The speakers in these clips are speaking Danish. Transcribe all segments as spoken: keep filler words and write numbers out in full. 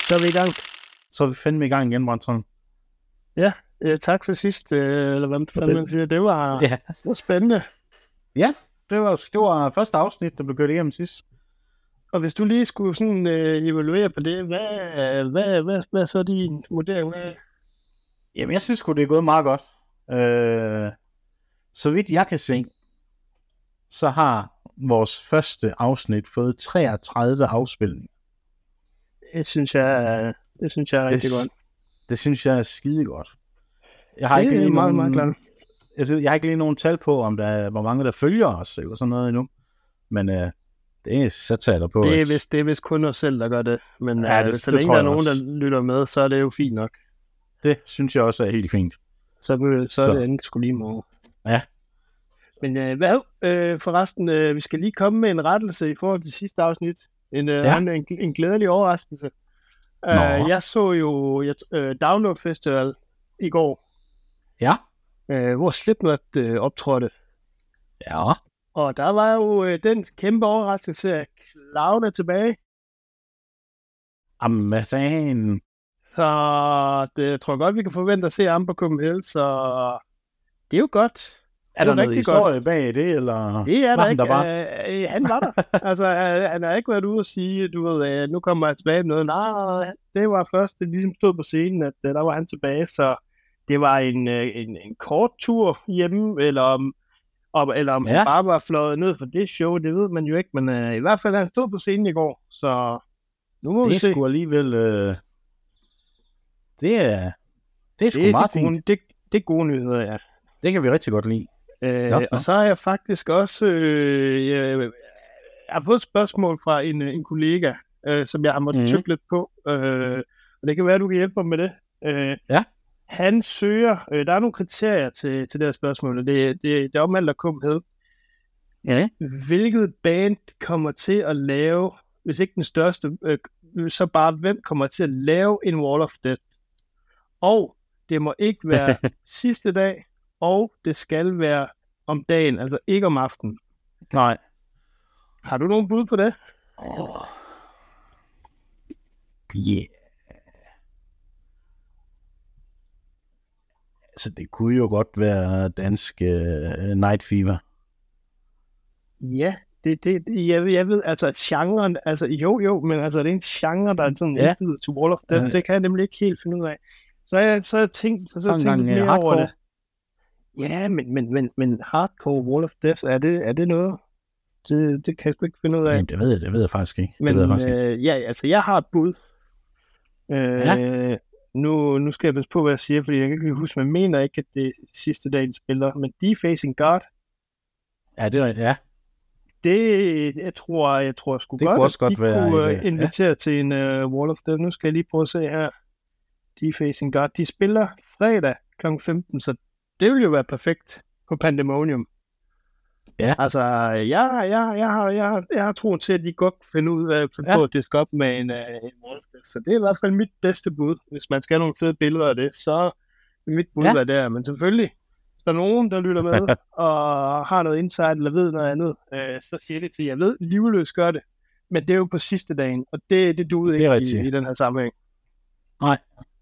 Så er vi i gang. Så er vi fandme i gang igen, Brøndstrøm. Ja, øh, tak for sidst, øh, eller hvad fanden man siger. Det var, Ja. det var spændende. Ja, det var, det var første afsnit, der blev kørt igennem sidst. Og hvis du lige skulle sådan øh, evaluere på det, hvad, hvad, hvad, hvad er så din vurdering af? Jamen, jeg synes sgu, det er gået meget godt. Øh, så vidt jeg kan se, så har vores første afsnit fået treogtredive afspilninger. Det synes jeg, det synes jeg er rigtig det, godt. Det synes jeg er skide godt. Jeg har det ikke er lige meget, nogen, meget klart. Jeg, synes, jeg har ikke lige nogen tal på, om der er, hvor mange der følger os, eller sådan noget endnu. Men øh, det er så tager der på. Det er, at... vist, det er vist kun os selv, der gør det. Men ja, øh, det, så det længe der er nogen, også. der lytter med, så er det jo fint nok. Det synes jeg også er helt fint. Så, så er så. det endelig sgu lige måde. Ja. Men øh, hvad? Øh, forresten, øh, vi skal lige komme med en rettelse i forhold til sidste afsnit. En, øh, ja. en, en, en glædelig overraskelse. Uh, jeg så jo jeg, uh, Download Festival i går. Ja. Uh, hvor Slipknot uh, optrådte. Ja. Og der var jo uh, den kæmpe overraskelse, at Cloud er tilbage. Jamen, hvad fanden? Så det jeg tror godt, vi kan forvente at se ham på Copenhagen, så det er jo godt. Er der noget historie godt. Bag det, eller det er var der ikke. Der bare? Uh, han var der. altså, uh, han har ikke været ude og sige, du ved, uh, nu kommer jeg tilbage med noget. Nej, det var først, det ligesom stod på scenen, at uh, der var han tilbage, så det var en, uh, en, en kort tur hjemme, eller om, om, eller om ja. han bare var fløjet ned for det show, det ved man jo ikke, men uh, i hvert fald han stod på scenen i går, så nu må det vi se. Det er sgu alligevel, uh... det er, det er sgu det, meget det fint. Det, det er gode nyheder, ja. Det kan vi rigtig godt lide. Øh, ja, og så har jeg faktisk også øh, jeg, jeg har fået et spørgsmål fra en, en kollega, øh, som jeg har måttet mm-hmm. tykke lidt på, øh, og det kan være, at du kan hjælpe mig med det. Øh, ja. Han søger, øh, der er nogle kriterier til, til det her spørgsmål, og det, det, det er omvalgt at komme med. Ja. Hvilket band kommer til at lave, hvis ikke den største, øh, så bare hvem kommer til at lave en Wall of Death? Og det må ikke være sidste dag, og det skal være om dagen, altså ikke om aftenen. Nej. Har du nogen bud på det? Oh. Yeah. Altså, det kunne jo godt være dansk uh, Night Fever. Ja, det, det, jeg, jeg ved, altså genren, altså jo jo, men altså det er en genre, der er sådan ja. indflydet til Wall of Death, uh, det kan jeg nemlig ikke helt finde ud af. Så jeg så jeg tænkt, så, så jeg tænkt mere over det. Ja, men, men, men, men hardcore Wall of Death, er det, er det noget? Det, det kan jeg sgu ikke finde ud af. Jamen, det ved jeg, det ved jeg faktisk ikke. Men det ved jeg faktisk øh, ikke. Ja, altså jeg har et bud. Øh, ja. nu, nu skal jeg passe på, hvad jeg siger, fordi jeg kan ikke huske, man mener ikke, at det er sidste dag, de spiller, men Defacing God. Ja, det er ja. Det, jeg tror, jeg tror sgu det godt, kunne også at de godt være kunne et, invitere ja. til en uh, Wall of Death. Nu skal jeg lige prøve at se her. Defacing God. De spiller fredag klokken femten, så det vil jo være perfekt på Pandemonium. Ja. Altså, jeg, jeg, jeg, har, jeg, har, jeg har troen til, at de godt kan finde ud af ja. at diske op med en, uh, en Wall of Death. Så det er i hvert fald mit bedste bud. Hvis man skal have nogle fede billeder af det, så vil mit bud ja. være der. Men selvfølgelig, hvis der er nogen, der lytter med og har noget insight eller ved noget andet, øh, så siger det til, jeg ved, Livløs gør det. Men det er jo på sidste dagen, og det, det duede ikke i, i den her sammenhæng. Nej.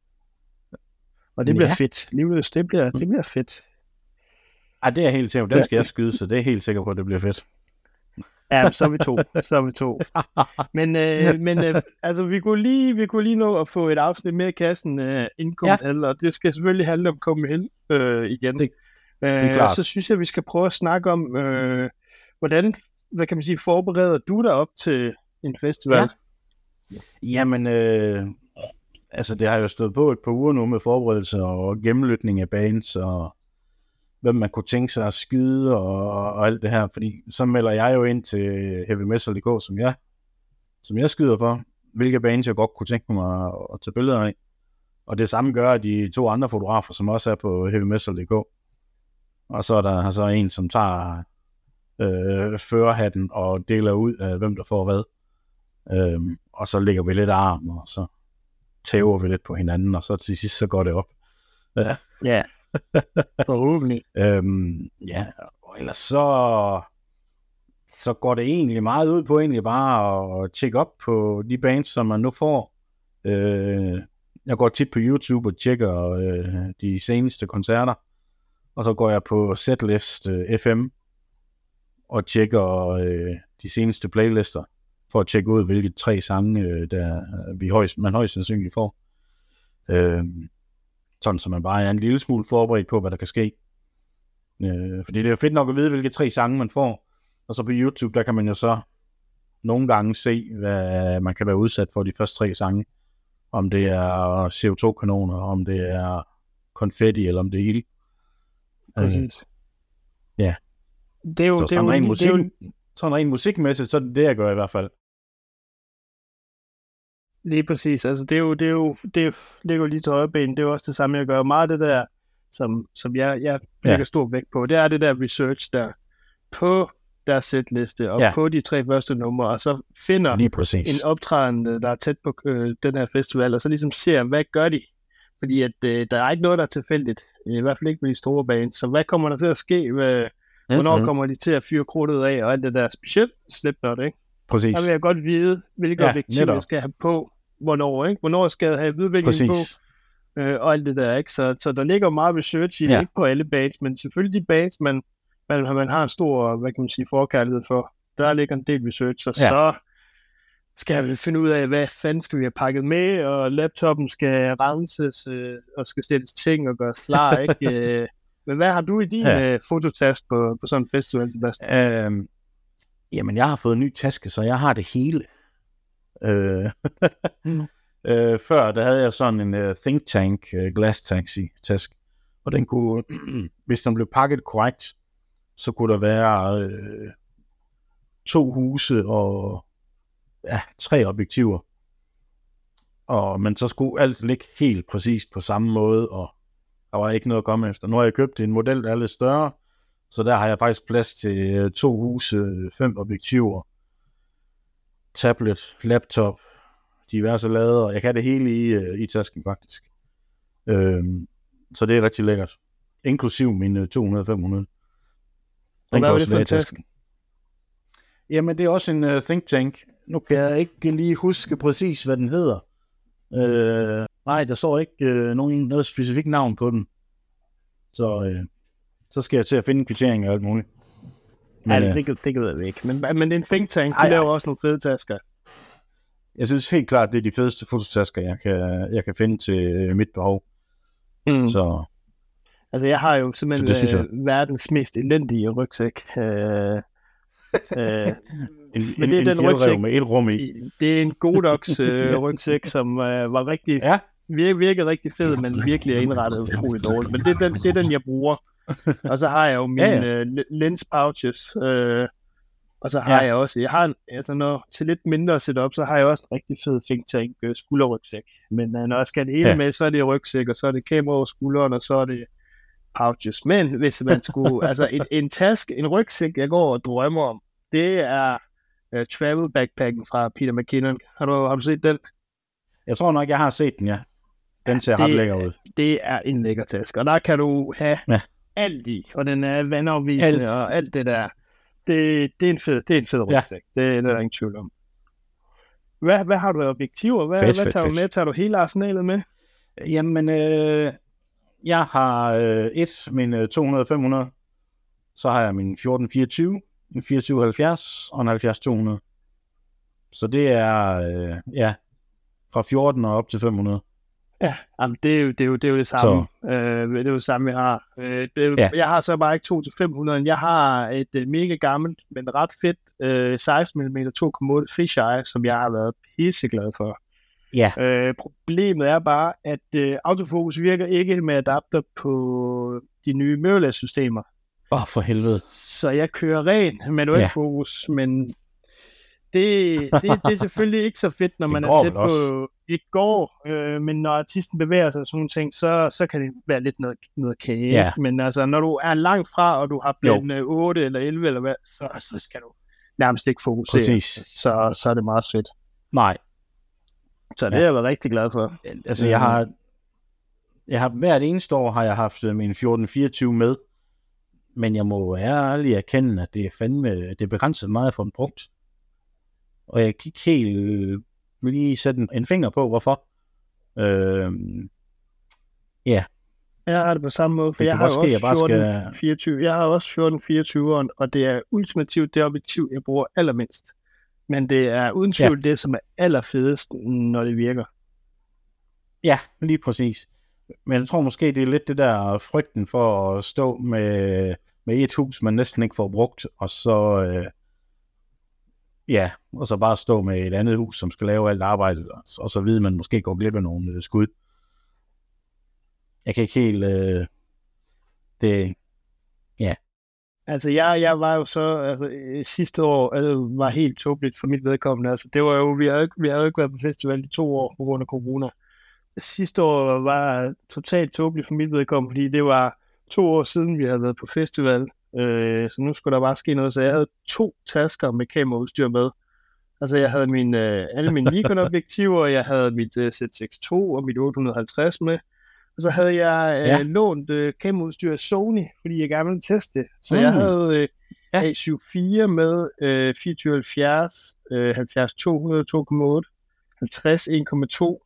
Og det bliver ja. fedt. Livløs, det bliver, det bliver fedt. Ej, det er helt sikkert. Den skal jeg skyde, så det er helt sikkert på, at det bliver fedt. Ja, så er vi to. Så er vi to. Men, øh, men øh, altså, vi kunne, lige, vi kunne lige nå at få et afsnit mere i kassen øh, inden Copenhagen, ja. og det skal selvfølgelig handle om Copenhagen øh, igen. Det, øh, det er klart. Så synes jeg, vi skal prøve at snakke om, øh, hvordan, hvad kan man sige, forbereder du dig op til en festival? Ja. Jamen, øh, altså det har jo stået på et par uger nu med forberedelser og gennemlytning af bands og hvem man kunne tænke sig at skyde og, og alt det her, fordi så melder jeg jo ind til Heavy Metal punktum d k, som jeg, som jeg skyder for, hvilke bands jeg godt kunne tænke mig at, at tage billeder af. Og det samme gør de to andre fotografer, som også er på Heavy Metal punktum d k. Og så er der så en, som tager øh, førerhatten og deler ud af, hvem der får hvad. Øhm, og så lægger vi lidt arm, og så tæver vi lidt på hinanden, og så til sidst så går det op. Ja. Yeah. Forhåbentlig. øhm, ja, og ellers så så går det egentlig meget ud på egentlig bare at tjekke op på de bands, som man nu får Øh, jeg går tit på YouTube og tjekker øh, de seneste koncerter, og så går jeg på Setlist øh, F M og tjekker øh, de seneste playlister, for at tjekke ud, hvilke tre sange, øh, der vi højst, man højst sandsynligt får. Øh, sådan, så man bare er en lille smule forberedt på, hvad der kan ske. Øh, fordi det er jo fedt nok at vide, hvilke tre sange man får. Og så på YouTube, der kan man jo så nogle gange se, hvad man kan være udsat for de første tre sange. Om det er C O to kanoner, om det er konfetti, eller om det er ild. Præcis. Øh, ja. Det er jo, så det er sådan jo, rent det musik, er jo, sådan rent musikmæssigt, så er det det, jeg gør i hvert fald. lige præcis. Altså, det er jo, det er jo, det er, jo- ligger jo lige til højreben. Det er jo også det samme, jeg gør. Meget af det der, som, som jeg, jeg lægger Ja. stor vægt på, det er det der research der på deres setliste og Ja. på de tre første numre, og så finder Lige præcis. en optrædende, der er tæt på øh, den her festival, og så ligesom ser, hvad gør de? Fordi at, øh, der er ikke noget, der er tilfældigt. I hvert fald ikke med de store bands. Så hvad kommer der til at ske? Hvad, hvornår Mhm. kommer de til at fyre krudtet af, og alt det der specielt Slipknot, ikke? Præcis. Der vil jeg godt vide, hvilke Ja, objektiver jeg netop. skal have på, hvornår, ikke? Hvornår skal jeg have lydvinkling på, Præcis. øh, og alt det der, ikke? Så, så der ligger meget research i det, Ja. ikke på alle bands, men selvfølgelig de bands, man, man, man har en stor, hvad kan man sige, forkærlighed for. Der ligger en del research, og Ja. så skal jeg vel finde ud af, hvad fanden skal vi have pakket med, og laptopen skal renses, øh, og skal stilles ting og gøres klar, ikke? Øh, Men hvad har du i din Ja. øh, fototask på, på sådan en festival, Sebastian? Øhm, jamen, jeg har fået en ny taske, så jeg har det hele. Øh, øh, før, der havde jeg sådan en uh, Think Tank uh, Glass Taxi task, og den kunne, hvis den blev pakket korrekt, så kunne der være øh, to huse og ja, tre objektiver. Og, men så skulle alt ligge helt præcist på samme måde, og der var ikke noget at komme efter. Nu har jeg købt en model, der er lidt større, så der har jeg faktisk plads til øh, to huse, fem objektiver, tablet, laptop, diverse lader. Jeg kan det hele i, øh, i tasken faktisk. Øhm, så det er rigtig lækkert. Inklusiv min øh, to hundrede fem hundrede. Og hvad kan var også det for være en i tasken. Jamen, det er også en uh, think tank. Nu kan jeg ikke lige huske præcis, hvad den hedder. Øh, nej, der står ikke øh, nogen, noget specifikt navn på den. Så, øh, så skal jeg til at finde en kvittering og alt muligt. Men, ja, øh, det, det, det ved jeg ikke. Men, men det er en think tank, de ej, ej. laver også nogle fede tasker. Jeg synes helt klart, det er de fedeste fototasker, jeg kan, jeg kan finde til øh, mit behov. Mm. Så Altså, jeg har jo simpelthen Så det synes jeg. øh, verdens mest elendige rygsæk. Øh, øh, en, Men en, det er en den fjeldrev rygsæk- med et rum i. i- det er en Godox øh, rygsæk, som øh, var rigtig, Ja, vir, virkede rigtig fed, men virkelig er indrettet utroligt dårligt. Men det er, den, det er den, jeg bruger. Og så har jeg jo mine Ja, ja, ja. ja. øh, lens pouches. Øh, og så har Ja. ja. jeg også, jeg har en, altså når, til lidt mindre setup, så har jeg også en rigtig fed think tank øh, skulderrygsæk. Men øh, når jeg skal have det hele Ja. ja. med, så er det rygsæk, og så er det kamera over skulderen, og så er det pouches. Men hvis man skulle, altså en, en task, en rygsæk, jeg går og drømmer om, det er uh, travel backpacken fra Peter McKinnon. Har du, har du set den? jeg tror nok, jeg har set den, ja. Den ser det- ret lækker ud. Det er en lækker taske, og der kan du have Ja. alt i, og den er vandafvisende Alt. og alt det der. Det, det er en fed, det er en fed Ja. rygsæk. Det, det er der ingen tvivl om. Hvad, hvad har du af objektiver? Hvad, Fedt, hvad fedt, tager du fedt. med? Tager du hele arsenalet med? Jamen, øh, jeg har øh, et, min øh, to hundrede fem hundrede, så har jeg min fjorten fireogtyve, en fireogtyve halvfjerds og en halvfjerds to hundrede. Så det er, øh, ja, fra fjorten og op til fem hundrede. Ja, jamen, det, er jo, det, er jo, det er jo det samme. Øh, det er jo det samme, jeg har. Øh, det, Ja. ja. Jeg har så bare ikke to til fem hundrede. Jeg har et uh, mega gammelt, men ret fedt øh, seksten millimeter to komma otte fisheye, som jeg har været pisseglad for. Ja. Øh, problemet er bare, at øh, autofokus virker ikke med adapter på de nye mirrorless-systemer. Åh, oh, for helvede. Så jeg kører ren manuel Ja. fokus, men det, det, det er selvfølgelig ikke så fedt, når Det man går er tæt vel også. på et går, øh, men når artisten bevæger sig og sådan nogle ting, så, så kan det være lidt noget, noget kage. Ja. Ikke? Men altså, når du er langt fra, og du har blændet otte eller elleve eller hvad, så, så skal du nærmest ikke fokusere. Præcis. Så, så er det meget fedt. Nej, Så det Ja. er jeg været rigtig glad for. altså jeg har, jeg har hvert eneste år har jeg haft øh, min fjorten fireogtyve med, men jeg må ærligt erkende, at det er fandme, det er begrænset meget for en brugt. Og jeg kan ikke helt øh, lige sætte en, en finger på, hvorfor. Øh, ja. Jeg har det på samme måde, for jeg har jo også fjorten fireogtyve. Jeg har også fjorten fireogtyve, og det er ultimativt det objektiv, jeg bruger allermindst. Men det er uden tvivl ja. det, som er allerfedest, når det virker. Ja, lige præcis. Men jeg tror måske, det er lidt det der frygten for at stå med, med et hus, man næsten ikke får brugt, og så, øh, ja, og så bare stå med et andet hus, som skal lave alt arbejdet, og, og så vide, man måske går glip af nogle øh, skud. Jeg kan ikke helt... Øh, det... Ja. Altså, jeg, jeg var jo så... Altså, sidste år altså, var helt tåbeligt for mit vedkommende. Altså, det var jo... Vi havde, vi havde jo ikke været på festival i to år på grund af corona. Sidste år var totalt tåbeligt for mit vedkommende, fordi det var to år siden, vi havde været på festival. Øh, så nu skulle der bare ske noget. Så jeg havde to tasker med kameraudstyr med. Altså, jeg havde min, øh, alle mine Nikon-objektiver, jeg havde mit øh, Z seks to og mit otte hundrede og halvtreds med. Og så havde jeg øh, ja. lånt øh, kameraudstyr af Sony, fordi jeg gerne ville teste det. Så mm. jeg havde øh, ja. A syv fire med øh, fireogtyve halvfjerds, øh, halvfjerds to hundrede, to komma otte, halvtreds en komma to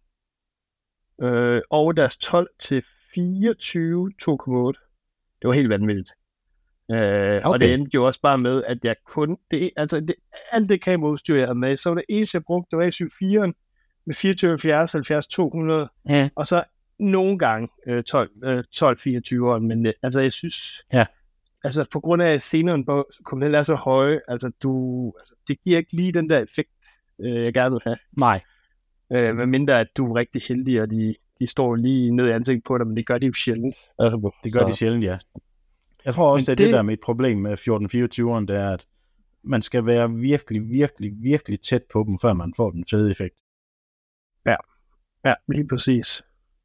øh, og deres tolv til fireogtyve to komma otte. Det var helt vanvittigt. Øh, okay. Og det endte jo også bare med, at jeg kun... Det, altså, det, alt det kameraudstyr, jeg havde med, så var det eneste, jeg brugte, det var A syv fire med fireogtyve halvfjerds, halvfjerds to hundrede, ja. Og så nogle gange øh, tolv fireogtyve, men øh, altså jeg synes, ja. altså på grund af at scenerne på komplet er så høje, altså du, altså, det giver ikke lige den der effekt, øh, jeg gerne vil have. Nej. Øh, med mindre at du er rigtig heldig, og de, de står lige ned i ansigtet på dig, men det gør de jo sjældent. Altså, det gør så. de sjældent, ja. Jeg tror også, det er det, det der med et problem med fjorten fireogtyveren, det er, at man skal være virkelig, virkelig, virkelig tæt på dem, før man får den fede effekt. Ja, ja, lige præcis.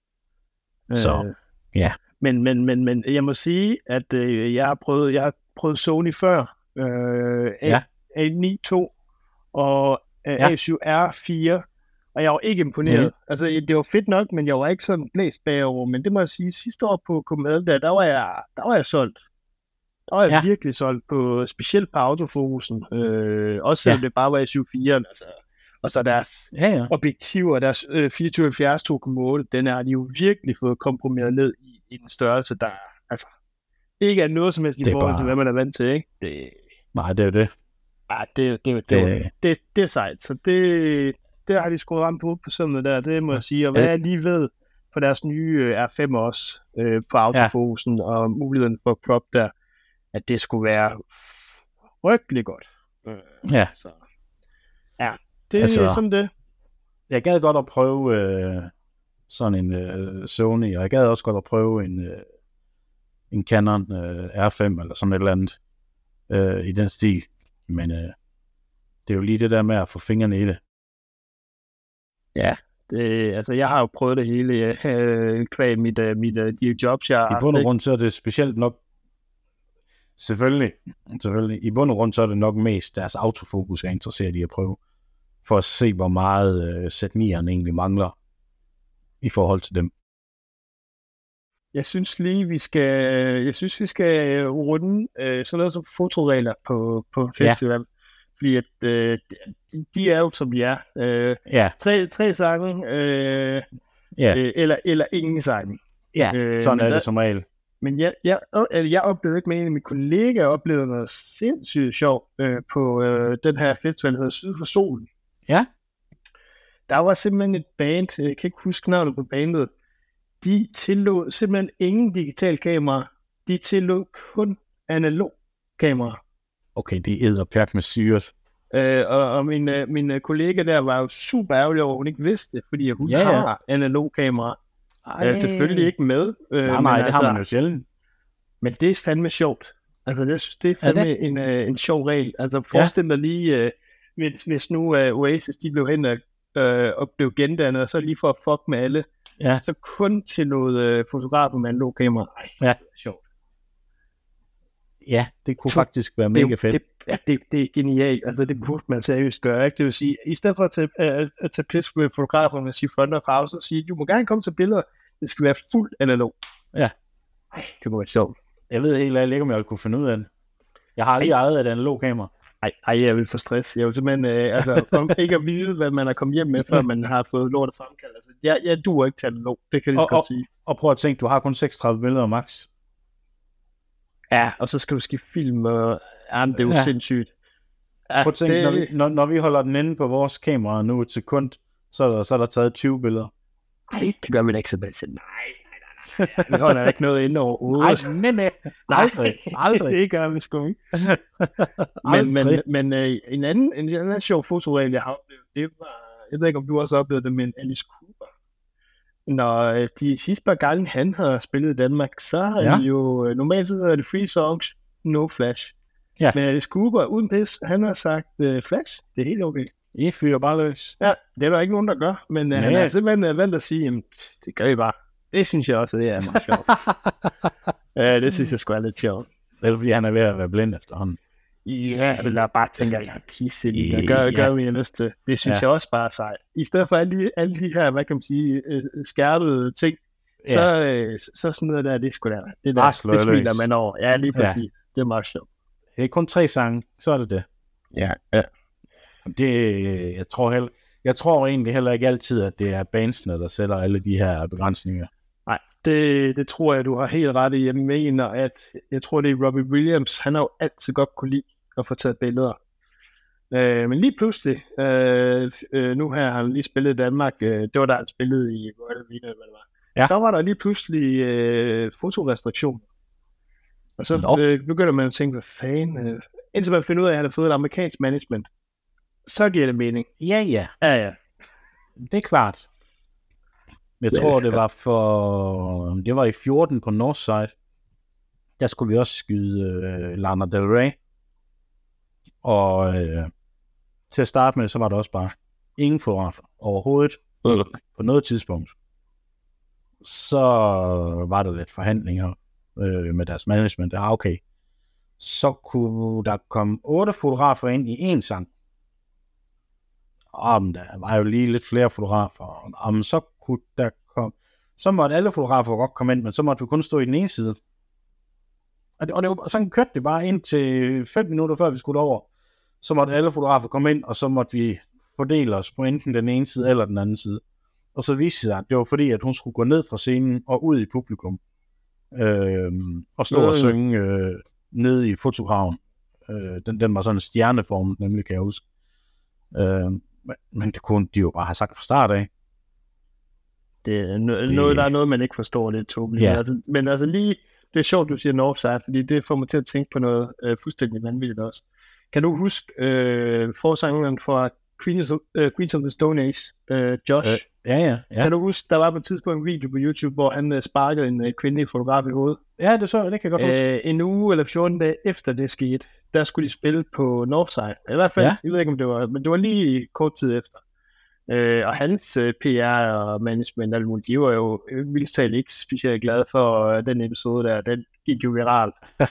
Så, øh, ja. Men, men, men, men jeg må sige, at øh, jeg har prøvet, jeg har prøvet Sony før, øh, A, ja. A ni to og øh, ja. A syv R fire, og jeg var ikke imponeret. Mm. Altså, det var fedt nok, men jeg var ikke sådan blæst bagover, men det må jeg sige, sidste år på Copenhagen, der, der var jeg, der var jeg solgt. Der var jeg ja. virkelig solgt på, specielt på autofokusen, øh, også selvom ja. det bare var A syv fire, altså. Og så deres ja, ja. objektiver, deres øh, fireogtyve halvfjerds to komma otte, den er de jo virkelig fået komprimeret ned i, i en størrelse, der altså ikke er noget som helst i forhold bare... til, hvad man er vant til, ikke? Det... Nej, det er jo det. Nej, det, det, det, det, det, det, det er sejt. Så det, det har de sgu ramt på på sådan der, det må jeg sige. Og hvad jeg lige ved for deres nye R fem også, øh, på autofokusen, ja. og muligheden for crop der, at det skulle være frygtelig godt. Øh, ja. Så. Ja. Det altså, er sådan det. Jeg gad godt at prøve øh, sådan en øh, Sony, og jeg gad også godt at prøve en, øh, en Canon øh, R fem, eller sådan et eller andet øh, i den stil. Men øh, det er jo lige det der med at få fingrene i det. Ja, det, altså jeg har jo prøvet det hele øh, kvæg mit, øh, mit, øh, de jobs, jeg har. I bund og grund så er det specielt nok, selvfølgelig, selvfølgelig, i bund og grund så er det nok mest deres autofokus, jeg er interesseret i at prøve, for at se, hvor meget øh, Z ni'eren egentlig mangler i forhold til dem. Jeg synes lige, vi skal, jeg synes, vi skal runde øh, sådan noget som fotoregler på, på festival. Ja. Fordi at, øh, de er jo, som de er. Øh, ja. Tre, tre sange, øh, ja. øh, eller, eller ingen sange. Ja, øh, sådan er det der, som regel. Men jeg, jeg, jeg oplevede ikke med en af mine kollegaer, oplevede noget sindssygt sjovt øh, på øh, den her festival, der hedder Syd for Solen. Ja. Der var simpelthen et band, jeg kan ikke huske navnet på bandet, de tillod simpelthen ingen digital kamera, de tillod kun analog kamera. Okay, det er edderpærk med syret. Øh, og og min, øh, min kollega der var jo super ærgerlig over, at hun ikke vidste det, fordi hun ja, ja. har analog kamera. Øh, selvfølgelig ikke med. Øh, nej, nej, det altså, har man jo sjældent. Men det er fandme sjovt. Altså, det, det er fandme er det? En, øh, en sjov regel. Altså, forestil dig ja. lige, øh, hvis, hvis nu uh, Oasis, de blev hen og, øh, og blev gendannet, og så lige for at fuck med alle, ja. så kun til noget øh, fotografer med analog kamera. Ej, ja. det er sjovt. Ja, det kunne to, faktisk være mega det, fedt. Det, ja, det, det er genialt. Altså, det burde man seriøst gøre, ikke? Det vil sige, i stedet for at tage, at, at tage pis med fotograferne og sige front of house, og sige, du må gerne komme til billeder, det skal være fuldt analog. Ja. Ej, det kunne være sjovt. Jeg ved helt ærligt ikke, om jeg kunne finde ud af det. Jeg har aldrig ejet et analog kamera. Ej, ej, jeg vil få stress. Jeg vil simpelthen øh, altså, om ikke at vide, hvad man er kommet hjem med, før man har fået lort at fremkalde. Altså, jeg, jeg duer ikke til at lov, det kan jeg lige og, godt sige. Og prøv at tænke, du har kun seksogtredive billeder max. Ja, og så skal du skifte film, og ja, det er jo ja. sindssygt. Ja, prøv at tænke, det... når, vi, når, når vi holder den inde på vores kamera nu et sekund, så er der, så er der taget tyve billeder. Ej, det gør vi da ikke så bedst. Nej, nej, nej, nej. Vi holder ikke noget inde overhovedet. Nej, nej, nej. Aldrig, aldrig. Det gør vi sgu ikke. men men, men uh, en, anden, en anden sjov fotoregel, jeg har oplevet, det var, jeg ved ikke, om du også oplevede det med Alice Cooper. Når de sidste par gange, han har spillet i Danmark, så har ja. han jo, normalt så hedder det Free Songs, No Flash. Ja. Men Alice Cooper, uden pis, han har sagt uh, Flash, det er helt okay. I fyrer bare løs. Ja, det er der ikke nogen, der gør, men uh, han har simpelthen valgt at sige, jamen, det gør I bare. Det synes jeg også, det er meget sjovt. Ja, det synes jeg sgu er lidt sjovt. Det er fordi, han er ved at være blind efterhånden. Ja, eller bare tænker, jeg er pisse lige, der gør, gør, hvad jeg har lyst til. Det synes ja. jeg også bare er sejt. I stedet for alle de, alle de her, hvad kan man sige, skærpede ting, ja. så, så sådan noget der, det er sgu der. Det, der, det smiler man over. Ja, lige præcis. Ja. Det er meget sjovt. Det er kun tre sange, så er det det. Ja, ja. Det, jeg tror heller, jeg tror egentlig heller ikke altid, at det er bandsene, der sætter alle de her begrænsninger. Nej, det, det tror jeg, du har helt ret i. Jeg mener, at jeg tror, det er Robbie Williams. Han har jo altid godt kunne lide at få taget billeder. Øh, men lige pludselig, øh, øh, nu her har han lige spillet i Danmark, øh, det var der han spillede i Royal Arena, hvad det var. Ja. Så var der lige pludselig øh, fotorestriktion. Og så øh, begynder man at tænke, hvad fanden, øh, indtil man finder ud af, at han har fået et amerikansk management. Så giver det mening. Ja, ja. Ja, ja. Det er klart. Jeg ja, tror, det var for... Det var i fjorten på Northside. Der skulle vi også skyde øh, Lana Del Rey. Og øh, til at starte med, så var der også bare ingen fotografer overhovedet mm. på noget tidspunkt. Så var der lidt forhandlinger øh, med deres management. Ja, okay. Så kunne der komme otte fotografer ind i en sang. Og der var jo lige lidt flere fotografer. Og så kunne der komme... Så måtte alle fotografer godt komme ind, men så måtte vi kun stå i den ene side. Og, det, og det var, sådan kørte det bare ind til fem minutter før vi skulle over. Så måtte alle fotografer komme ind, og så måtte vi fordele os på enten den ene side eller den anden side. Og så viste sig, at det var fordi, at hun skulle gå ned fra scenen og ud i publikum. Øh, og stå øh. og synge øh, nede i fotografen. Øh, den, den var sådan en stjerneform, nemlig, kan jeg huske. Øh, men det kunne de jo bare have sagt fra start af. Det er no- noget, der er noget, man ikke forstår lidt, Tobi. Ja. Altså, men altså lige, det er sjovt, du siger Northside, fordi det får mig til at tænke på noget øh, fuldstændig vanvittigt også. Kan du huske øh, forsangeren fra Queens of, øh, Queens of the Stone Age, øh, Josh? Øh, ja, ja, ja. Kan du huske, der var på et tidspunkt en video på YouTube, hvor han øh, sparkede en øh, kvindelig fotograf i hovedet? Ja, det så det kan jeg godt huske. Øh, en uge eller fjorten dage efter det skete, der skulle de spille på Northside. I hvert fald, ja. Jeg ved ikke, om det var, men det var lige kort tid efter. Øh, og hans øh, P R og management, alle de var jo vildt talt ikke specielt glade for øh, den episode der. Den gik jo viralt.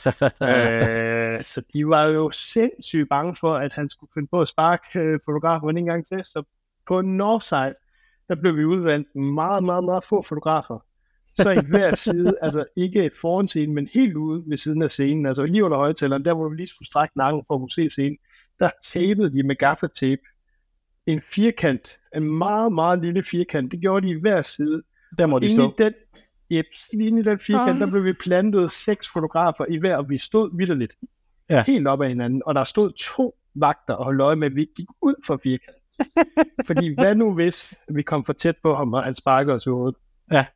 øh, så de var jo sindssygt bange for, at han skulle finde på at sparke øh, fotografen en gang til. Så på Northside, der blev vi udvalgt meget, meget, meget få fotografer. Så i hver side, altså ikke foran scenen, men helt ude ved siden af scenen, altså lige under højtaleren, der hvor du lige skulle strække nakken for at kunne se scenen, der tapede de med gaffatape en firkant, en meget, meget lille firkant. Det gjorde de i hver side. Der må de stå. Den, yep, inde i den firkant, der blev vi plantet seks fotografer i hver, og vi stod vitterligt ja. helt op ad hinanden. Og der stod to vagter og holdt øje med, at vi gik ud for firkanten. Fordi hvad nu hvis vi kom for tæt på ham, og han sparkede os i hovedet? Ja.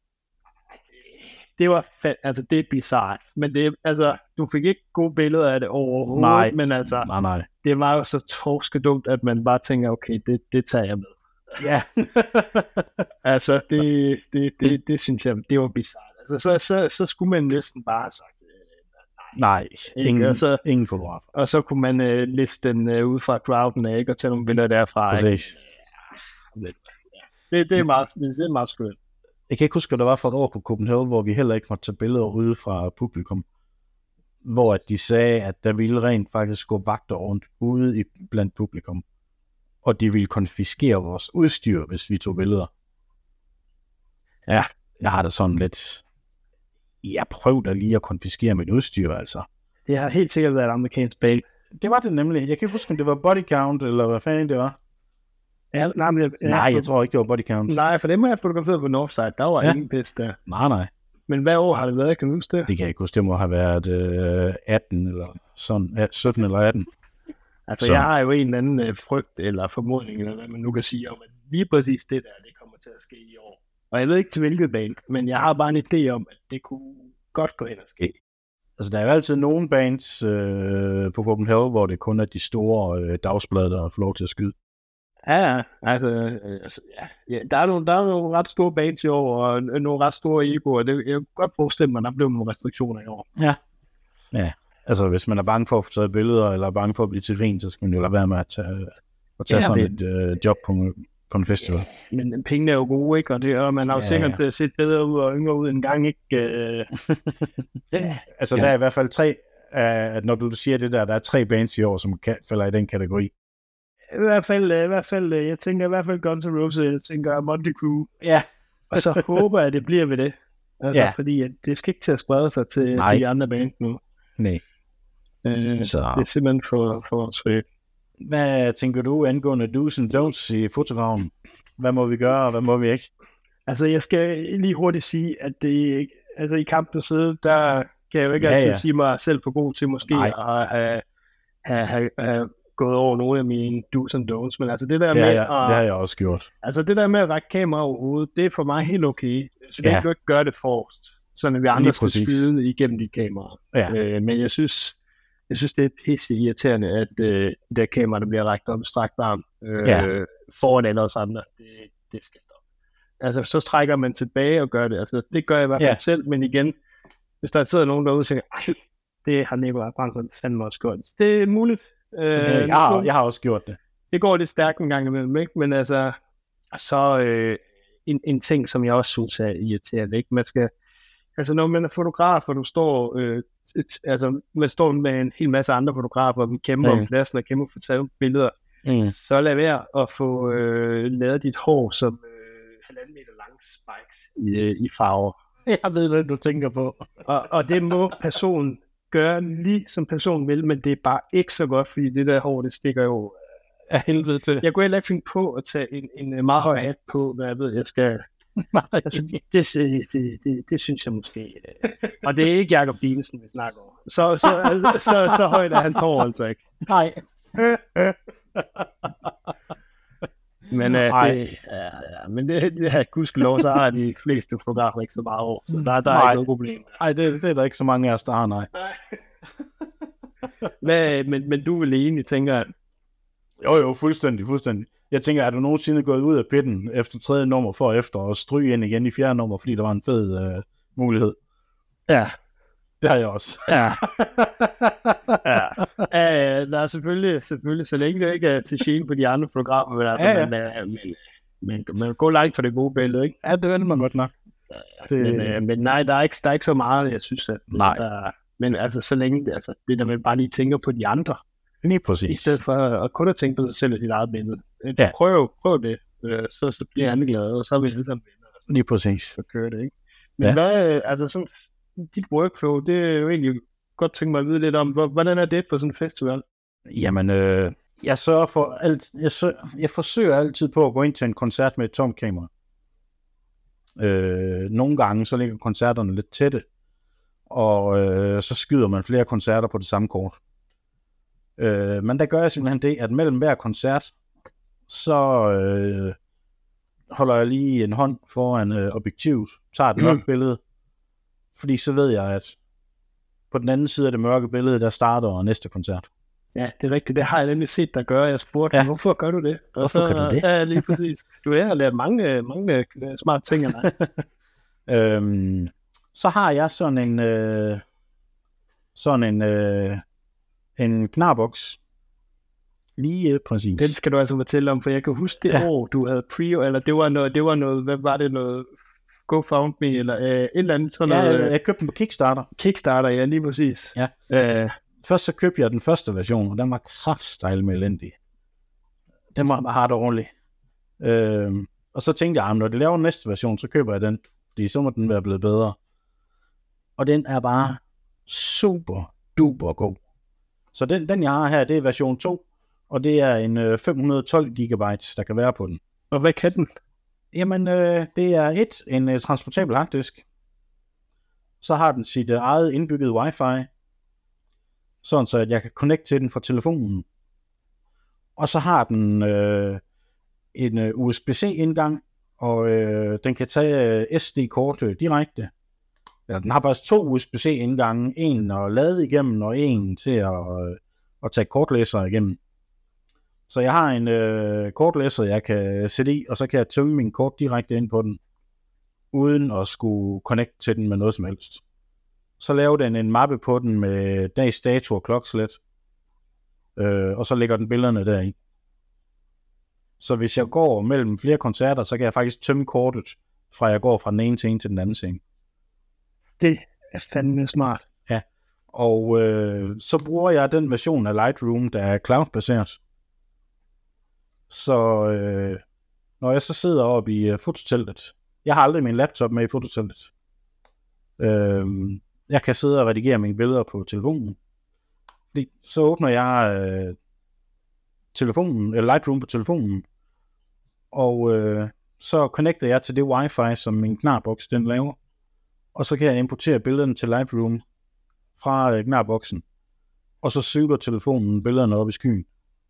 Det var fa- altså det er bizarrt. Men det altså, du fik ikke gode billeder af det overhovedet. Nej, men altså, nej, nej. Det var jo så torskedumt, at man bare tænker, okay, det, det tager jeg med. Ja. altså, det, det, det, det synes jeg, det var bizarrt. Altså, så, så, så skulle man næsten bare have sagt, nej, ingen, og så, ingen fotografer. Og så kunne man uh, liste den uh, ud fra crowden af, ikke, og tage nogle billeder derfra. Præcis. Ja, det, det er meget, det er meget skønt. Jeg kan ikke huske, at der var for et år på Copenhagen, hvor vi heller ikke måtte tage billeder ude fra publikum. Hvor at de sagde, at der ville rent faktisk gå vagter rundt ude i blandt publikum. Og de ville konfiskere vores udstyr, hvis vi tog billeder. Ja, jeg har da sådan lidt... Jeg prøvede da lige at konfiskere mit udstyr, altså. Det har helt sikkert været et amerikansk bag. det var det nemlig. Jeg kan ikke huske, om det var Body Count, eller hvad fanden det var. Ja, nej, men jeg, Nej, jeg, jeg tror ikke, det var Body Count. Nej, for dem har jeg fotograferet på Northside. Der var ja. ingen pis der. Nej, nej. Men hvad år har det været, kan du huske det? Det kan jeg ikke huske. Det må have været øh, atten, eller sådan, ja, sytten eller atten. Altså, så. Jeg har jo en eller anden øh, frygt, eller formodning, eller hvad man nu kan sige, om at lige præcis det der, det kommer til at ske i år. Og jeg ved ikke til hvilket band, men jeg har bare en idé om, at det kunne godt gå hen og ske. Altså, der er jo altid nogle bands øh, på Copenhagen, hvor det kun er de store øh, dagsblade, der får lov til at skyde. Ja, altså, øh, altså ja. ja der, er nogle, der er nogle ret store bands i år, og nogle ret store egoer. Det, jeg kan godt forestille mig, at der bliver nogle restriktioner i år. Ja. Ja, altså hvis man er bange for at få taget billeder, eller er bange for at blive til vin, så skal man jo lade være med at tage, at tage ja, sådan det. et øh, job på, på en festival. Ja, men pengene er jo gode, ikke? Og, det, og man har jo ja, sikkert ja. set bedre ud og yngre ud en gang, ikke? Øh... ja. Altså, ja. Der er i hvert fald tre, uh, når du siger det der, der er tre bands i år, som kan, falder i den kategori. I hvert fald, i hvert fald, jeg tænker i hvert fald Guns N' Roses, jeg tænker Motley Crue. Ja. Og så håber jeg, at det bliver ved det. Altså, ja. Fordi at det skal ikke til at sprede sig til Nej. de andre bands nu. Nej. Øh, så. Det er simpelthen for, for svagt. Hvad tænker du angående do's and don'ts i fotografen? Hvad må vi gøre, og hvad må vi ikke? Altså, jeg skal lige hurtigt sige, at det, altså, i kampens side, der kan jeg jo ikke ja, altid ja. sige mig selv for god til måske Nej. at have, have, have, have gået over nogle af mine do's and don'ts, men altså det der det med jeg, at, det har jeg også gjort. Altså det der med at række kamera over hovedet, det er for mig helt okay. Så det ja. kan du ikke gøre det forrest, så vi andre skal skyde igennem de kameraer. Ja. Øh, men jeg synes, jeg synes det er pisse irriterende, at øh, det der kamera, der bliver rækket op i strakt arm øh, ja. foran alle os andre. Det, det skal stoppe. Altså så trækker man tilbage og gør det. Altså det gør jeg i hvert fald ja. selv, men igen, hvis der sidder nogen derude og tænker, ej, det har Nikolaj Brandsson fandme også gjort. Det er muligt. Øh, jeg, har, jeg har også gjort det. Det går lidt stærkt en gang imellem, ikke? Men altså, så øh, en, en ting, som jeg også synes er irriterende, ikke? Man skal, altså når man er fotograf, og du står, øh, et, altså man står med en hel masse andre fotografer, og vi kæmper mm. om pladsen og kæmper for at tage billeder, mm. så lad være at få øh, lavet dit hår som øh, halvanden meter lange spikes i, øh, i farver. Jeg ved, hvad du tænker på. og, og det må personen gøre lige som personen vil, men det er bare ikke så godt, fordi det der hår, det stikker jo af helvede til. Jeg kunne heller ikke finde på at tage en, en meget høj hat på, hvad jeg ved, jeg skal. altså, det, det, det, det, det synes jeg måske. Og det er ikke Jakob Dinesen, vi snakker om. Så, så, så, så, så højt er hans hår altså ikke. Nej. Men, øh, det, ja, ja, men det, det her gudskelov, så har de fleste fotografer ikke så meget hår, så der, der er ikke noget problem. Nej, det, det er der ikke så mange af os, der har, nej. Hvad, men, men du vil egentlig tænker, at... Jo, jo, fuldstændig, fuldstændig. Jeg tænker, er du nogensinde gået ud af pitten efter tredje nummer for efter og stryge ind igen i fjerde nummer, fordi der var en fed øh, mulighed? Ja. Det har jeg også. Ja. ja. ja. Der er selvfølgelig, selvfølgelig, så længe det ikke er til gene på de andre fotografer, men, altså, ja, ja. man, man, man, man går langt for det gode billede, ikke? Ja, det er man godt nok. Ja, det... men, øh, men nej, der er, ikke, der er ikke så meget, jeg synes, at nej. Der, men altså, så længe altså, det der man bare lige tænker på de andre, lige præcis. I stedet for at kun at tænke på sig selv og dit eget billede. Ja. Prøv, prøv det, så, så bliver han glad, og så er vi alle sammen venner. Lige præcis. Så kører det, ikke? Men ja. hvad, altså sådan, dit workflow, det er jo egentlig godt tænke mig at vide lidt om, hvordan er det på sådan en festival? Jamen, øh, jeg sørger for alt, jeg, sørger, jeg forsøger altid på at gå ind til en koncert med et tomt kamera. Øh, nogle gange, så ligger koncerterne lidt tætte, og øh, så skyder man flere koncerter på det samme kort. Øh, men der gør jeg simpelthen det, at mellem hver koncert, så øh, holder jeg lige en hånd foran øh, objektivet, tager et mm. mørkt billede, fordi så ved jeg, at på den anden side af det mørke billede, der starter næste koncert. Ja, det er rigtigt. Det har jeg nemlig set dig gøre. Jeg spurgte, ja. hvorfor gør du det? Og hvorfor så, kan du det? Ja, lige præcis. Du har lært mange, mange smarte ting af dig. øhm, så har jeg sådan en øh, sådan en øh, en knarboks. Lige øh, præcis. Den skal du altså fortælle om, for jeg kan huske det ja. år, du havde pre eller det var noget, det var noget, hvad var det, noget GoFundMe, eller øh, et eller andet sådan ja, noget. Ja, jeg købte den på Kickstarter. Kickstarter, ja, lige præcis. Ja. Øh, Først så købte jeg den første version, og den var kraftstejl med elendig. Den var hard og ordentlig. Øh, og så tænkte jeg, at når de laver næste version, så køber jeg den, fordi så må den være blevet bedre. Og den er bare super duper god. Så den, den jeg har her, det er version to, og det er en øh, fem hundrede og tolv gigabyte, der kan være på den. Og hvad kan den? Jamen, øh, det er et, en øh, transportabel harddisk. Så har den sit øh, eget indbygget wifi, sådan så at jeg kan connecte til den fra telefonen. Og så har den øh, en øh, U S B C-indgang, og øh, den kan tage øh, S D-kort øh, direkte. Eller den har faktisk to U S B C-indgange, en at lade igennem, og en til at, øh, at tage kortlæser igennem. Så jeg har en øh, kortlæser, jeg kan sætte i, og så kan jeg tømme min kort direkte ind på den, uden at skulle connecte til den med noget som helst. Så laver den en mappe på den med dags dato og klokkeslæt, øh, og så lægger den billederne deri. Så hvis jeg går mellem flere koncerter, så kan jeg faktisk tømme kortet, fra jeg går fra den ene ting til den anden ting. Det er fandme smart. Ja, og øh, så bruger jeg den version af Lightroom, der er cloud-baseret. Så øh, når jeg så sidder oppe i uh, fototeltet, jeg har aldrig min laptop med i fototeltet. Øh, jeg kan sidde og redigere mine billeder på telefonen. Så åbner jeg øh, telefonen, eller Lightroom på telefonen, og øh, så connecter jeg til det wifi, som min knarboks den laver, og så kan jeg importere billederne til Lightroom fra øh, knarboksen, og så synker telefonen billederne op i skyen.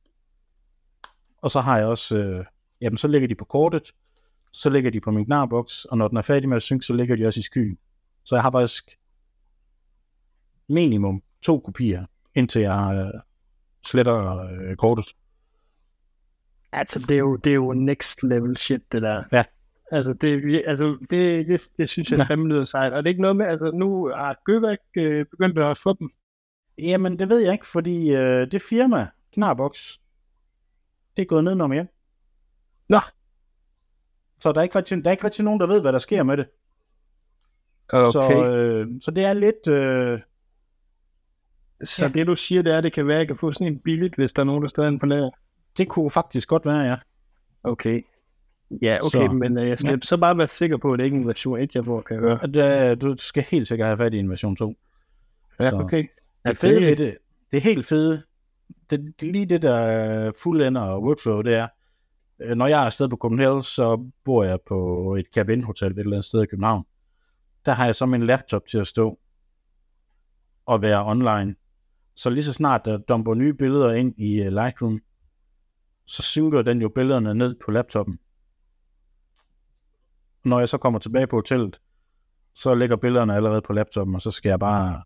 Og så har jeg også, øh, jamen så ligger de på kortet, så ligger de på min knarboks, og når den er færdig med at synke, så ligger de også i skyen. Så jeg har faktisk minimum to kopier, indtil jeg øh, sletter øh, kortet. Altså, det er jo, det er jo next level shit, det der. Ja. Altså, det, altså, det, det, det synes jeg fandme lyder sejt. Og det er ikke noget med, altså, nu har Gøbæk øh, begyndt at få dem. Jamen, det ved jeg ikke, fordi øh, det firma, Knarbox, det er gået ned om hjem. Nå. Så der er, ikke rigtig, der er ikke rigtig nogen, der ved, hvad der sker med det. Okay. Så, øh, så det er lidt... Øh, så ja. Det, du siger, det er, at det kan være, at jeg kan få sådan en billigt, hvis der er nogen, der stadig er på lager. Det kunne faktisk godt være, ja. Okay. Ja, okay, så, men uh, jeg skal ja. så bare være sikker på, at det ikke er en version et, jeg får, kan jeg høre. Det, du skal helt sikkert have fat i en version to. Ja, så. okay. Det fede ved det, det er helt fede. Det, det, lige det der fuldender og workflow, det er, når jeg er afsted på Copenhagen, så bor jeg på et cabin-hotel et eller andet sted i København. Der har jeg så min laptop til at stå og være online. Så lige så snart der dumper nye billeder ind i Lightroom, så synker den jo billederne ned på laptoppen. Når jeg så kommer tilbage på hotellet, så ligger billederne allerede på laptoppen, og så skal jeg bare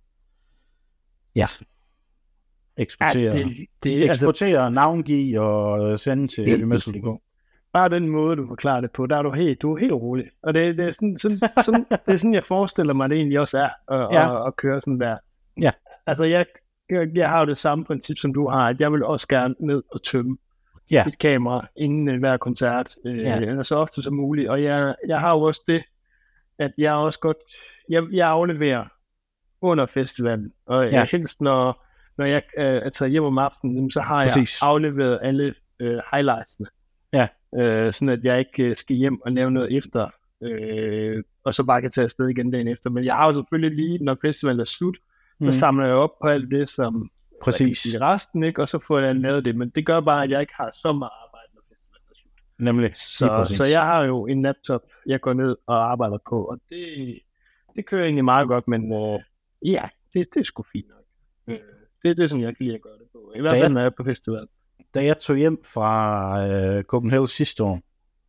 ja, eksportere, ja, det, det, eksportere altså, navngive og sende til heavymessel punktum d k. Bare den måde, du forklarer det på, der er du helt, du er helt rolig. Og det, det, er sådan, sådan, sådan, det er sådan, jeg forestiller mig, det egentlig også er at, ja. at, at køre sådan der. Ja. Altså, jeg, jeg, jeg har jo det samme princip, som du har, at jeg vil også gerne ned og tømme ja. et kamera inden uh, hver koncert, uh, ja. så ofte som muligt. Og jeg, jeg har jo også det, at jeg også godt, jeg, jeg afleverer under festivalen, og ja. helst når, når jeg uh, er taget hjem om aftenen, så har Præcis. jeg afleveret alle uh, highlightsene. Ja. Uh, sådan at jeg ikke uh, skal hjem og lave noget efter, uh, og så bare kan tage afsted igen dagen efter. Men jeg har jo selvfølgelig lige, når festivalen er slut, mm. så samler jeg op på alt det, som Præcis. i resten, ikke? Og så får jeg lavet det. Men det gør bare, at jeg ikke har så meget arbejde, når festivalen er slut. Nemlig. Så, så jeg har jo en laptop, jeg går ned og arbejder på, og det, det kører egentlig meget godt, men uh, ja, det, det er sgu fint nok. Uh, det, det er sådan, jeg kan lide at gøre det på. I hvert fald, når jeg er på festivalen. Da jeg tog hjem fra øh, Copenhagen sidste år,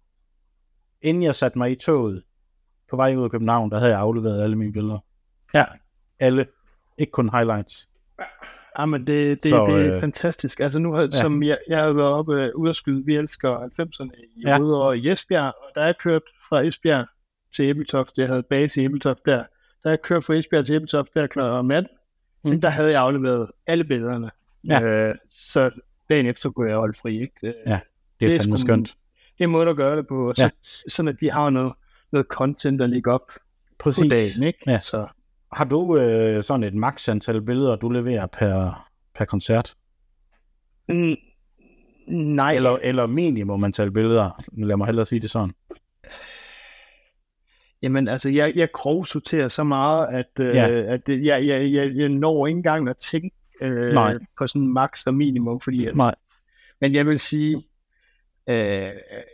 inden jeg satte mig i toget på vej ud af København, der havde jeg afleveret alle mine billeder. Ja. Alle. Ikke kun highlights. Ja, men det, det, så, det er øh, fantastisk. Altså nu, ja. som jeg, jeg havde været oppe uh, ude at skyde, vi elsker halvfemserne i ja. Rødovre i Esbjerg, og der er jeg kørt fra Esbjerg til Ebeltoft, jeg havde base i Ebeltoft der, der er jeg kørt fra Esbjerg til Ebeltoft der klokken atten, mm. der havde jeg afleveret alle billederne. Ja. Uh, så dagen efter kunne jeg holde fri, ikke? Ja, det er, det er fandme sgu, skønt. Det er en måde at gøre det på, så, ja. sådan at de har noget, noget content at lægge op Præcis. på dagen, ikke? Ja. Så. Har du øh, sådan et maks antal billeder, du leverer per, per koncert? Mm, nej. Eller, eller minimum antal billeder? Lad mig hellere sige det sådan. Jamen, altså, jeg, jeg krogsorterer så meget, at, øh, ja. at jeg, jeg, jeg, jeg når ikke engang at tænke øh, Nej. på sådan max og minimum, fordi at, Nej. men jeg vil sige, øh,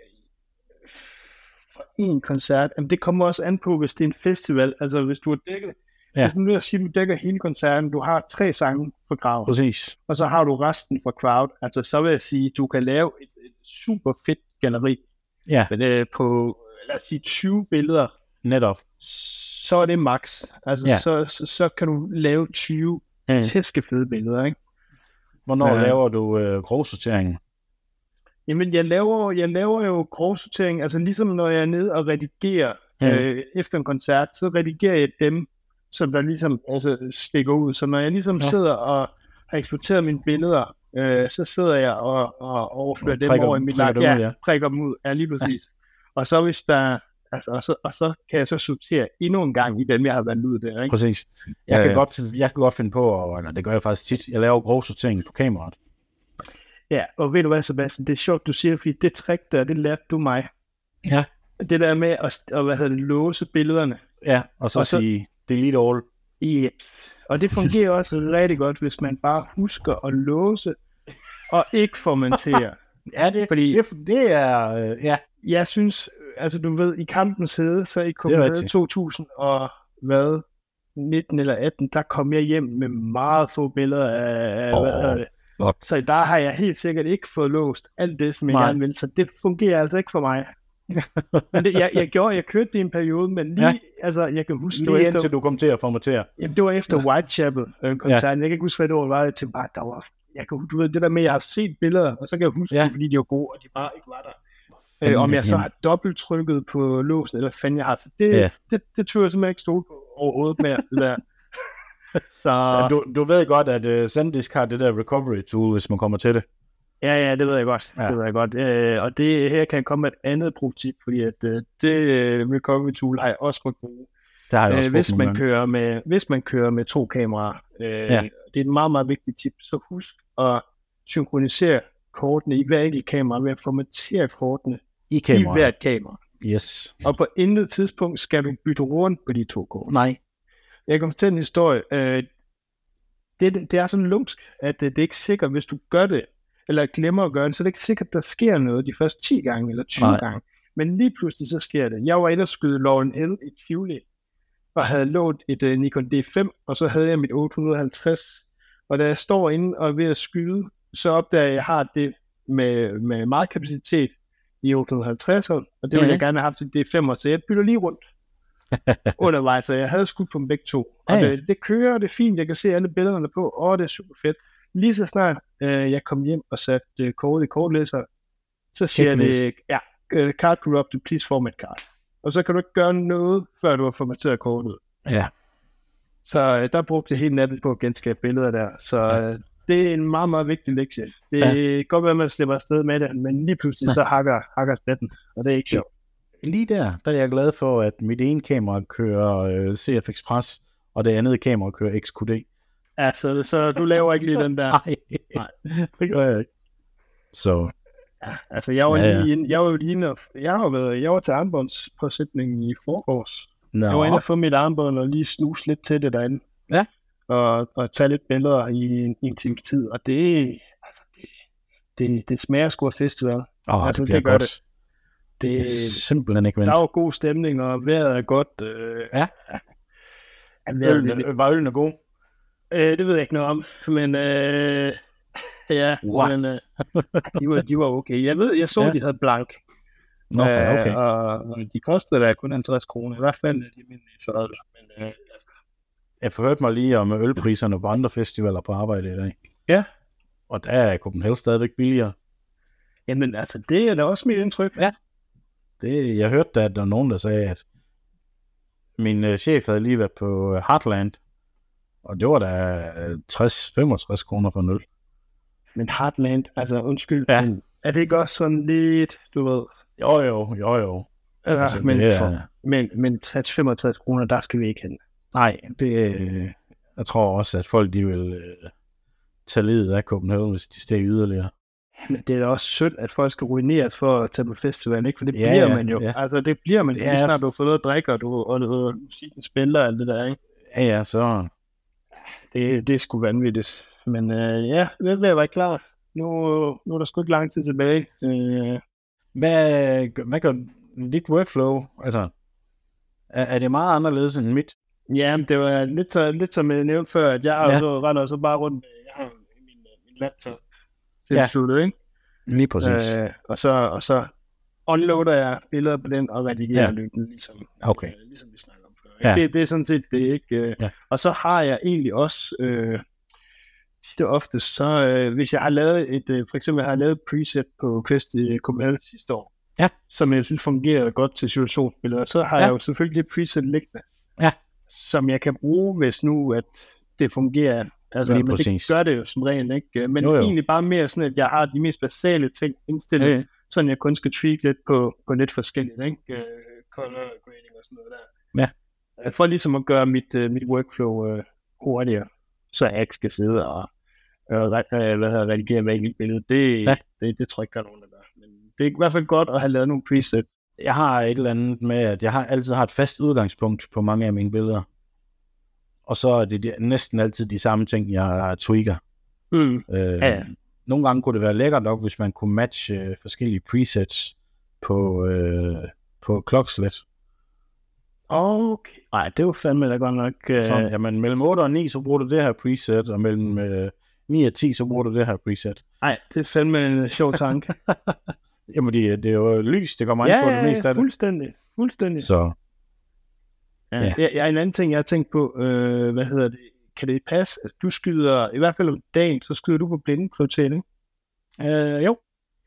for en koncert, jamen det kommer også an på, hvis det er en festival, altså hvis du har dækket, Ja. hvis du nu siger, du dækker hele koncerten, du har tre sange for crowd, Præcis. og så har du resten for crowd, altså så vil jeg sige, du kan lave et, et super fedt galleri, Ja. men øh, på, lad os sige, tyve billeder, Netop. så er det max, altså Ja. så, så, så kan du lave tyve Mm. tæskefede billeder, ikke? Hvornår Ja. laver du øh, grovsorteringen? Jamen, jeg laver, jeg laver jo grovsortering, altså ligesom når jeg er nede og redigerer Mm. øh, efter en koncert, så redigerer jeg dem, som der ligesom altså, stikker ud. Så når jeg ligesom Ja. sidder og har eksporteret mine billeder, øh, så sidder jeg og, og overfører Og dem prikker- over i mit prikker lag. dem ud, Ja, ja. prikker dem ud, ja, lige præcis. Ja. Og så hvis der, altså, og så, og så kan jeg så sortere endnu en gang i dem, jeg har valgt ud der, ikke? Præcis. Jeg, Ja, kan ja. Godt, jeg kan godt finde på, og, eller det gør jeg faktisk tit, jeg laver grovsortering på kameraet. Ja, og ved du hvad, Sebastian, det er sjovt, du siger, fordi det trick der, det lærte du mig. Ja. Det der med at, at hvad hedder det, låse billederne. Ja, og så, Og så- sige delete all. Jeps. Og det fungerer også rigtig godt, hvis man bare husker at låse og ikke formentere. Ja, det, Fordi- det, det er, øh, ja, Jeg synes, altså du ved, i kampens hede, så i Copenhagen rigtigt. to tusind og hvad, nitten eller atten, der kom jeg hjem med meget få billeder af, af Åh, hvad hedder det. flot. Så der har jeg helt sikkert ikke fået låst alt det, som jeg Nej. gerne vil, så det fungerer altså ikke for mig. Men det, jeg, jeg gjorde, jeg kørte det i en periode, men lige, Ja. altså jeg kan huske, det var lige efter, indtil du kom til at formatere. jamen, det var efter Whitechapel-koncerten, jeg kan ikke huske, hvad det var, var det til bare, der var, jeg kan, du ved, det der med, jeg har set billeder, og så kan jeg huske Ja. det, fordi de var gode, og de bare ikke var der. fanden Øh, om er jeg så det? har dobbelttrykket på låsen, eller hvad fanden jeg har, så det, Ja. ja. det, det tør jeg simpelthen ikke stole på overhovedet mere, det der. Så Ja, du, du ved godt, at uh, SanDisk har det der recovery tool, hvis man kommer til det. ja, ja, det ved jeg godt, Ja. ja. det ved jeg godt. Øh, og det her kan komme med et andet pro-tip, fordi at, øh, det øh, recovery tool har jeg også måttet bruge. Det har jeg også Øh, brugt hvis, nogle man gange. kører med, hvis man kører med to kameraer, øh, Ja. det er et meget, meget vigtigt tip, så husk at synkronisere kortene i hver enkelt kamera ved at formatere kortene I i kameraet. hvert kamera. Yes. Og på intet tidspunkt skal du bytte rundt på de to kort. Nej. Jeg kan fortælle en historie. Øh, det, det er sådan lumsk, at øh, det er ikke sikkert, hvis du gør det, eller glemmer at gøre det, så er det ikke sikkert, at der sker noget de første ti gange eller tyve Nej. gange. Men lige pludselig så sker det. Jeg var inde og skyde Laurel Hill i Tivoli, og havde lånt et uh, Nikon D fem, og så havde jeg mit otte hundrede og halvtreds. Og da jeg står inde og er ved at skyde, så opdager jeg, at jeg har det med, med meget kapacitet i otte hundrede og halvtreds, og det ville Mhm. jeg gerne have haft til D fem, så jeg bytter lige rundt undervejs, så jeg havde skudt på dem begge to. Og Ja, ja. det, det kører, det er fint, jeg kan se alle billederne på, og det er super fedt. Lige så snart øh, jeg kom hjem og satte øh, kortet i kortlæser, så siger Hit det, ja, øh, card corrupted, please format card. Og så kan du ikke gøre noget, før du har formateret kortet. Ja. Så øh, der brugte jeg hele natten på at genskabe billeder der. Så øh, det er en meget, meget vigtig lektie. Det Ja. kan godt være, at man slipper afsted med det, men lige pludselig så hakker, hakker sletten, og det er ikke sjovt. Lige der, der er jeg glad for, at mit ene kamera kører øh, C F Express, og det andet kamera kører X Q D. Ja, så, så du laver ikke lige den der. Nej, Nej. det gør jeg ikke. Så, Ja, altså jeg var Ja, ja. lige inde, jeg var jo lige inde, og, jeg har været, jeg var til armbåndspåsætningen i forgårs. nå, Jeg var inde og få mit armbånd og lige snuse lidt til det derinde. Ja. Og, og tage lidt billeder i en, i en times tid, og det, altså det, det, det smager sgu af festival. Åh, altså, det bliver det gør godt. det. Det Det, er simpelthen ikke der vent. er jo god stemning, og vejret er godt. Øh, Ja. ja vejret, det, Ølene, var ølene gode? øh, det ved jeg ikke noget om, men øh, ja, What? men, øh, de, var, de var okay. Jeg ved, jeg så, Ja. ja. de havde blank. Nå, ja, okay. Øh, og, og de kostede da kun halvtreds kroner. I hvert fald de almindelige fadøl. Men øh, Jeg forhørte mig lige om ølpriserne på andre festivaler på arbejde i dag. ja, Og der er Copenhagen stadigvæk billigere. jamen altså, det er da også mit indtryk. Ja. Det, jeg hørte da, at der var nogen, der sagde, at min øh, chef havde lige været på øh, Heartland, og det var da øh, tres til femogtres kroner for en øl. Men Heartland, altså undskyld, Ja. men er det ikke også sådan lidt, du ved, Jo, jo, jo, jo. altså, Altså, men, det er- for, men, men tres til femogtres kroner, der skal vi ikke hen. Nej, det, øh, jeg tror også, at folk de vil øh, tage livet af Copenhagen, hvis de stiger yderligere. Men det er da også synd, at folk skal ruineres for at tage på festival, ikke? For det Ja, bliver ja, man jo. ja. Altså, det bliver man Det jo, lige er- snart du har fået noget at drikke, og, du, og, og musikken spiller og alt det der, ikke? Ja, ja, så... Det, det er sgu vanvittigt. Men øh, ja, det vil jeg være klar. Nu, nu er der sgu ikke lang tid tilbage. Øh, Hvad, hvad gør dit workflow? Altså, er, er det meget anderledes end mit? ja, men det var lidt, så, lidt som jeg nævnte før, at jeg har Ja. ja. så render så bare rundt med, jeg har min, min laptop til Ja. ja. slut, ikke? Lige præcis. Øh, og, så, og så unloader jeg billeder på den og redigerer Ja. lyden, ligesom, Okay. øh, ligesom vi snakker om før. Ja. Det, det er sådan set det, ikke? Øh, Ja. Og så har jeg egentlig også, øh, det ofte, så øh, hvis jeg har lavet et, øh, for eksempel har jeg lavet et preset på Quest i Copenhagen sidste år, Ja. som jeg synes fungerer godt til situationsbilleder, så har Ja. jeg jo selvfølgelig det preset liggende, Ja. som jeg kan bruge, hvis nu at det fungerer. Altså, Lige men præcis. det gør det jo som regel, ikke? Men Jo, jo. egentlig bare mere sådan, at jeg har de mest basale ting indstillet, Ja. sådan jeg kun skal tweak lidt på, på lidt forskelligt, ikke? Uh, color grading og sådan noget der. Ja. Jeg får ligesom at gøre mit, uh, mit workflow uh, hurtigere, så jeg ikke skal sidde og uh, re- uh, hvad hedder, redigere hver enkelt billede. Det, Ja. det, det tror jeg ikke, der er nogen, der gør. Men det er i hvert fald godt at have lavet nogle presets. Jeg har et eller andet med, at jeg har altid har et fast udgangspunkt på mange af mine billeder. Og så er det de, næsten altid de samme ting, jeg tweaker. Mm. Øh, Ja, ja. Nogle gange kunne det være lækkert nok, hvis man kunne matche øh, forskellige presets på, øh, på klokkeslæt. Okay. Nej, det var fandme da godt nok... Uh... Så, jamen, mellem otte og ni, så bruger du det her preset, og mellem øh, ni og ti, så bruger du det her preset. Nej, det er fandme en sjov tanke. Jamen, det, det er jo lys, det kommer an ja, på det meste af det. fuldstændig. Fuldstændig. Så Ja. Ja. Ja. Ja, en anden ting, jeg har tænkt på, øh, hvad hedder det, kan det passe, at du skyder, i hvert fald om dagen, så skyder du på blindeprioritet, ikke? øh, jo,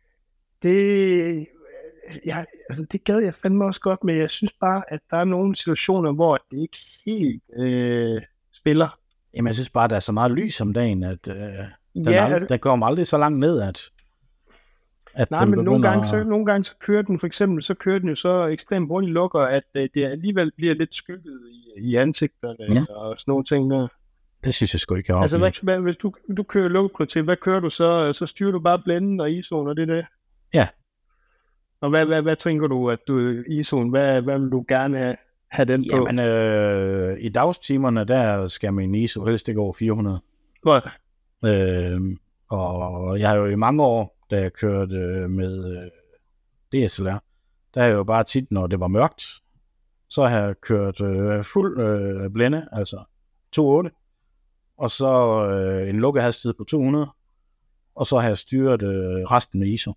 Det, ja, altså det gad jeg fandme også godt, men jeg synes bare, at der er nogle situationer, hvor det ikke helt øh, spiller. jamen, jeg synes bare, der er så meget lys om dagen, at øh, den, Ja, ald- den kommer aldrig så langt ned, at, at nej, den men nogle begynder gange, at- så, nogle gange så kører den, for eksempel, så kører den jo så ekstremt hurtigt lukker, at øh, det alligevel bliver lidt skygget i, i ansigterne Ja. og sådan nogle ting der. Det synes jeg sgu ikke, jeg har Altså, oplevet. hvad, hvad, hvis du, du kører lukkeprioritet, hvad kører du så? Så styrer du bare blenden og I S O'en, og det er det? Ja. Og hvad, hvad, hvad tænker du, at du I S O'en, hvad, hvad vil du gerne have, have den på? Jamen, øh, i dagstimerne, der skal min I S O helst ikke over fire hundrede. Hvor, Øh, og jeg har jo i mange år, da jeg kørte øh, med øh, D S L R, der er jo bare tit, når det var mørkt, så har jeg kørt øh, fuld øh, blænde, altså to komma otte, og så øh, en lukkehastighed på to hundrede, og så har jeg styret øh, resten med I S O.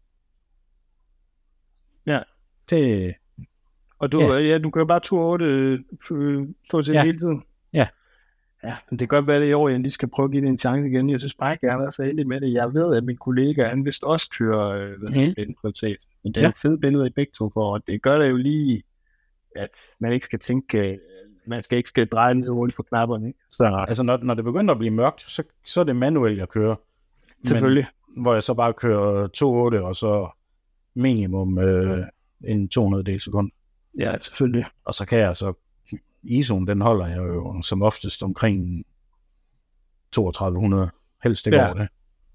Ja. Det, og du, Ja. ja. Ja, du kører bare to komma otte øh, stort set Ja. hele tiden? Ja. Ja, men det kan godt være, det i år, jeg lige skal prøve at give det en chance igen. Jeg synes bare ikke, jeg har været så heldig med det. Jeg ved, at min kollega, han vist også kører øh, Mhm. en prioritet. Men det er Ja. ja. fede billeder i begge to for, og det gør det jo lige, at man ikke skal tænke, øh, man skal ikke skal dreje den så hurtigt på knapperne, ikke? Så altså, når, når det begynder at blive mørkt, så, så er det manuelt, jeg kører. selvfølgelig. Men, hvor jeg så bare kører to komma otte, og så minimum øh, en to hundrede del sekund. Ja, selvfølgelig. Og så kan jeg så, I S O'en, den holder jeg jo som oftest omkring toogtredive hundrede, helst ikke Ja. over det.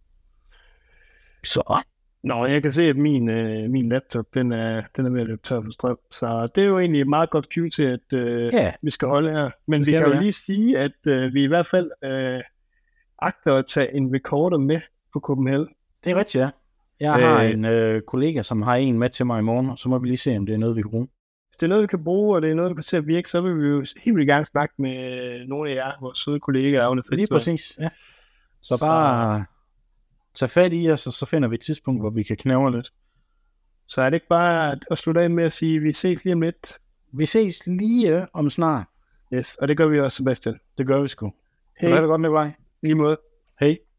Så, Nå, jeg kan se, at min, øh, min laptop, den er, den er ved at løbe tør for strøm. Så det er jo egentlig et meget godt cue til, at øh, ja, vi skal holde her. Men vi skal kan vi, jo ja. lige sige, at øh, vi i hvert fald øh, agter at tage en recorder med på Copenhagen. det er rigtigt, ja. Jeg har Øh. en øh, kollega, som har en med til mig i morgen, og så må vi lige se, om det er noget, vi kan bruge. Hvis det er noget, vi kan bruge, og det er noget, der kan til at virke, så vil vi jo helt vildt gerne snakke med nogle af jer, vores søde kollegaer. Agne Lige Fritzberg. præcis, ja. Så bare tag fat i os, og så finder vi et tidspunkt, hvor vi kan knævre lidt. Så er det ikke bare at, at slutte af med at sige, at vi ses lige om lidt. Vi ses lige om snart. Yes, og det gør vi også, Sebastian. Det gør vi sgu. Hej. Så er det godt, Nikolaj. Lige måde. Hej.